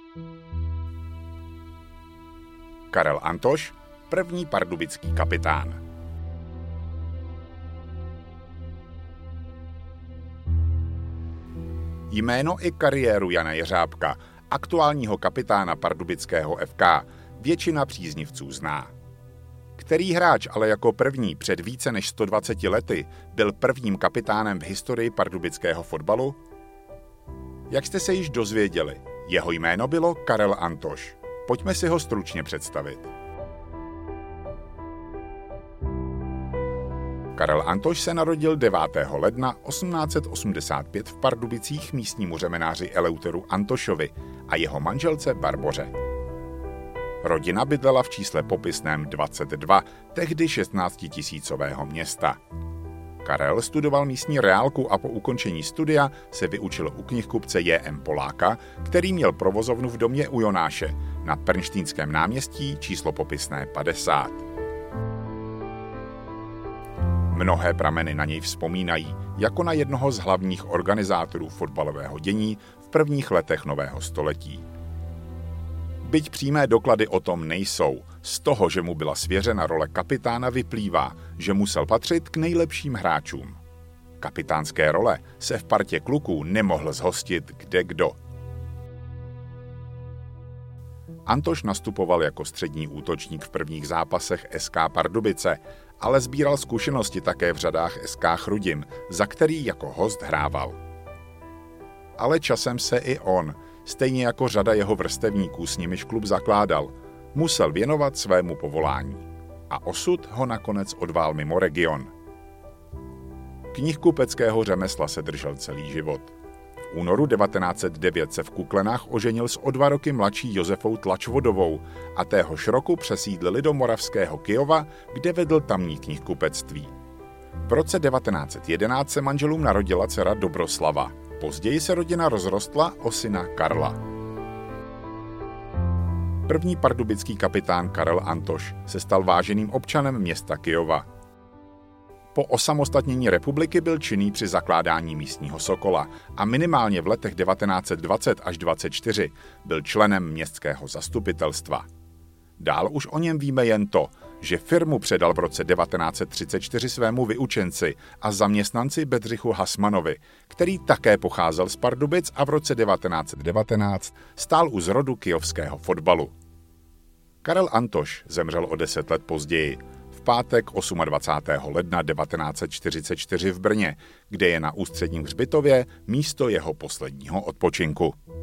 Karel Antoš, první pardubický kapitán. Jméno i kariéru Jana Jeřábka, aktuálního kapitána pardubického FK, většina příznivců zná. Který hráč ale jako první před více než 120 lety byl prvním kapitánem v historii pardubického fotbalu? Jak jste se již dozvěděli, jeho jméno bylo Karel Antoš. Pojďme si ho stručně představit. Karel Antoš se narodil 9. ledna 1885 v Pardubicích místnímu řemenáři Eleuteru Antošovi a jeho manželce Barboře. Rodina bydlela v čísle popisném 22, tehdy 16 000 města. Karel studoval místní reálku a po ukončení studia se vyučil u knihkupce J.M. Poláka, který měl provozovnu v domě u Jonáše na Pernštýnském náměstí číslo popisné 50. Mnohé prameny na něj vzpomínají jako na jednoho z hlavních organizátorů fotbalového dění v prvních letech nového století. Byť přímé doklady o tom nejsou, z toho, že mu byla svěřena role kapitána, vyplývá, že musel patřit k nejlepším hráčům. Kapitánské role se v partě kluků nemohl zhostit kdekdo. Antoš nastupoval jako střední útočník v prvních zápasech SK Pardubice, ale sbíral zkušenosti také v řadách SK Chrudim, za který jako host hrával. Ale časem se i on, stejně jako řada jeho vrstevníků, s nimiž klub zakládal, musel věnovat svému povolání. A osud ho nakonec odvál mimo region. Knihkupeckého řemesla se držel celý život. V únoru 1909 se v Kuklenách oženil s o 2 roky mladší Josefou Tlačvodovou a téhož roku přesídlili do moravského Kyjova, kde vedl tamní knihkupectví. V roce 1911 se manželům narodila dcera Dobroslava. Později se rodina rozrostla o syna Karla. První pardubický kapitán Karel Antoš se stal váženým občanem města Kyjova. Po osamostatnění republiky byl činný při zakládání místního Sokola a minimálně v letech 1920 až 1924 byl členem městského zastupitelstva. Dál už o něm víme jen to, že firmu předal v roce 1934 svému vyučenci a zaměstnanci Bedřichu Hasmanovi, který také pocházel z Pardubic a v roce 1919 stál u zrodu kyjovského fotbalu. Karel Antoš zemřel o 10 let později, v pátek 28. ledna 1944 v Brně, kde je na ústředním hřbitově místo jeho posledního odpočinku.